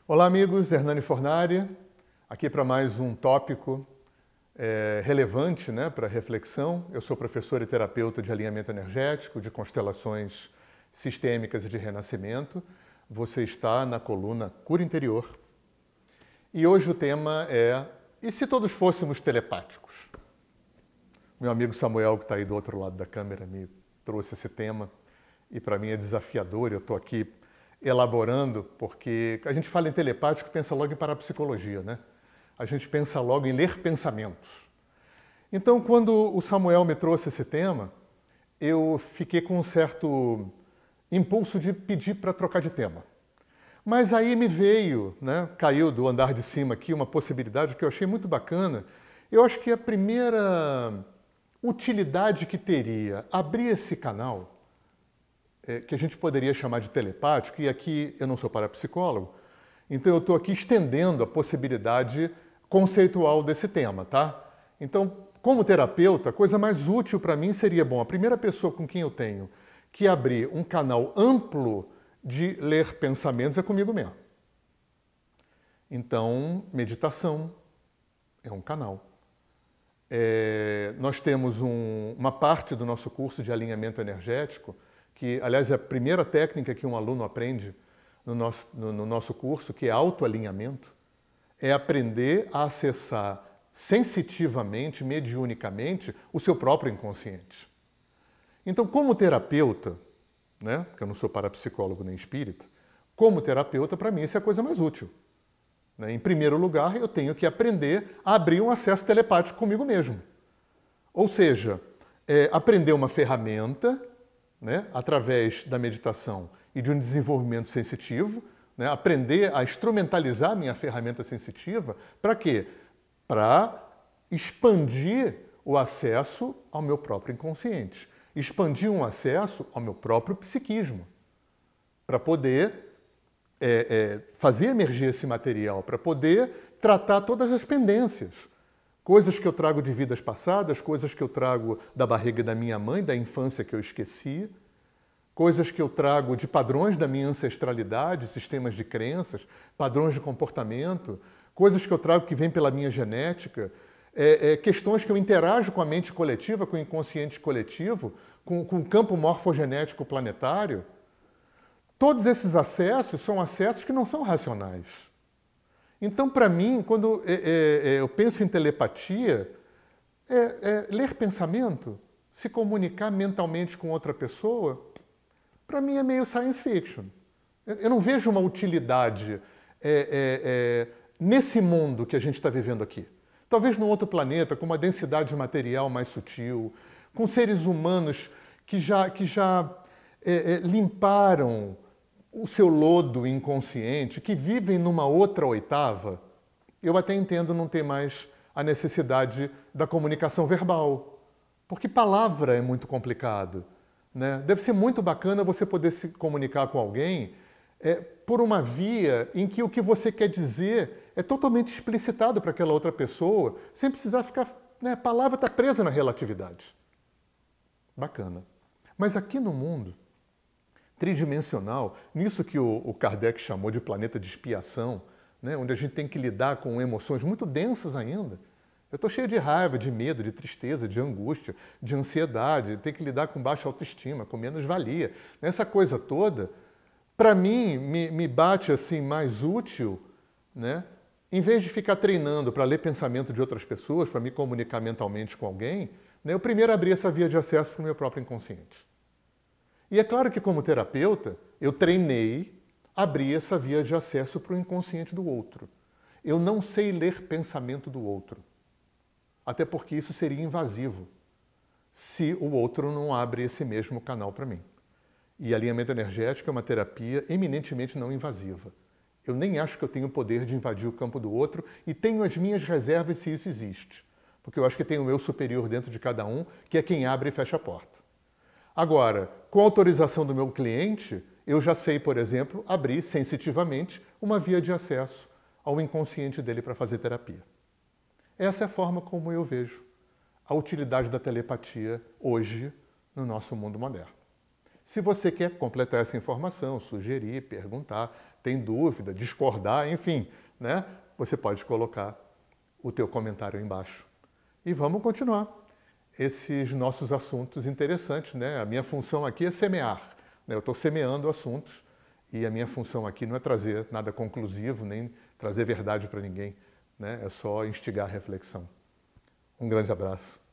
Olá, amigos. Hernani Fornari, aqui para mais um tópico relevante, para reflexão. Eu sou professor e terapeuta de alinhamento energético, de constelações sistêmicas e de renascimento. Você está na coluna Cura Interior. E hoje o tema é: e se todos fôssemos telepáticos? Meu amigo Samuel, que está aí do outro lado da câmera, me trouxe esse tema e para mim é desafiador. Eu estou aqui elaborando, porque a gente fala em telepático e pensa logo em parapsicologia, né? A gente pensa logo em ler pensamentos. Então, quando o Samuel me trouxe esse tema, eu fiquei com um certo impulso de pedir para trocar de tema. Mas aí me veio, caiu do andar de cima aqui uma possibilidade que eu achei muito bacana. Eu acho que a primeira utilidade que teria abrir esse canal, que a gente poderia chamar de telepático, e aqui eu não sou parapsicólogo, então eu estou aqui estendendo a possibilidade conceitual desse tema, tá? Então, como terapeuta, a coisa mais útil para mim seria, a primeira pessoa com quem eu tenho que abrir um canal amplo de ler pensamentos é comigo mesmo. Então, meditação é um canal. Nós temos uma parte do nosso curso de alinhamento energético, que, aliás, é a primeira técnica que um aluno aprende no nosso curso, que é autoalinhamento, é aprender a acessar sensitivamente, mediunicamente, o seu próprio inconsciente. Então, como terapeuta, porque eu não sou parapsicólogo nem espírita, como terapeuta, para mim, isso é a coisa mais útil. Em primeiro lugar, eu tenho que aprender a abrir um acesso telepático comigo mesmo. Ou seja, aprender uma ferramenta, através da meditação e de um desenvolvimento sensitivo, aprender a instrumentalizar a minha ferramenta sensitiva, para quê? Para expandir o acesso ao meu próprio inconsciente, expandir um acesso ao meu próprio psiquismo, para poder fazer emergir esse material, para poder tratar todas as pendências, coisas que eu trago de vidas passadas, coisas que eu trago da barriga da minha mãe, da infância que eu esqueci, coisas que eu trago de padrões da minha ancestralidade, sistemas de crenças, padrões de comportamento, coisas que eu trago que vêm pela minha genética, questões que eu interajo com a mente coletiva, com o inconsciente coletivo, com o campo morfogenético planetário. Todos esses acessos são acessos que não são racionais. Então, para mim, quando eu penso em telepatia, ler pensamento, se comunicar mentalmente com outra pessoa, para mim é meio science fiction. Eu não vejo uma utilidade nesse mundo que a gente está vivendo aqui. Talvez num outro planeta, com uma densidade material mais sutil, com seres humanos que já limparam o seu lodo inconsciente, que vivem numa outra oitava, eu até entendo não ter mais a necessidade da comunicação verbal. Porque palavra é muito complicado. Deve ser muito bacana você poder se comunicar com alguém por uma via em que o que você quer dizer é totalmente explicitado para aquela outra pessoa, sem precisar ficar... A palavra está presa na relatividade. Bacana. Mas aqui no mundo tridimensional, nisso que o Kardec chamou de planeta de expiação, onde a gente tem que lidar com emoções muito densas ainda. Eu estou cheio de raiva, de medo, de tristeza, de angústia, de ansiedade, tenho que lidar com baixa autoestima, com menos-valia. Essa coisa toda, para mim, me bate assim mais útil, em vez de ficar treinando para ler pensamento de outras pessoas, para me comunicar mentalmente com alguém, eu primeiro abri essa via de acesso para o meu próprio inconsciente. E é claro que, como terapeuta, eu treinei abrir essa via de acesso para o inconsciente do outro. Eu não sei ler pensamento do outro. Até porque isso seria invasivo, se o outro não abre esse mesmo canal para mim. E alinhamento energético é uma terapia eminentemente não invasiva. Eu nem acho que eu tenho o poder de invadir o campo do outro e tenho as minhas reservas se isso existe. Porque eu acho que tem o eu superior dentro de cada um, que é quem abre e fecha a porta. Agora, com a autorização do meu cliente, eu já sei, por exemplo, abrir sensitivamente uma via de acesso ao inconsciente dele para fazer terapia. Essa é a forma como eu vejo a utilidade da telepatia hoje no nosso mundo moderno. Se você quer completar essa informação, sugerir, perguntar, tem dúvida, discordar, enfim, né? Você pode colocar o teu comentário aí embaixo. E vamos continuar esses nossos assuntos interessantes, né? A minha função aqui é semear, né? Eu estou semeando assuntos e a minha função aqui não é trazer nada conclusivo, nem trazer verdade para ninguém, né? É só instigar a reflexão. Um grande abraço.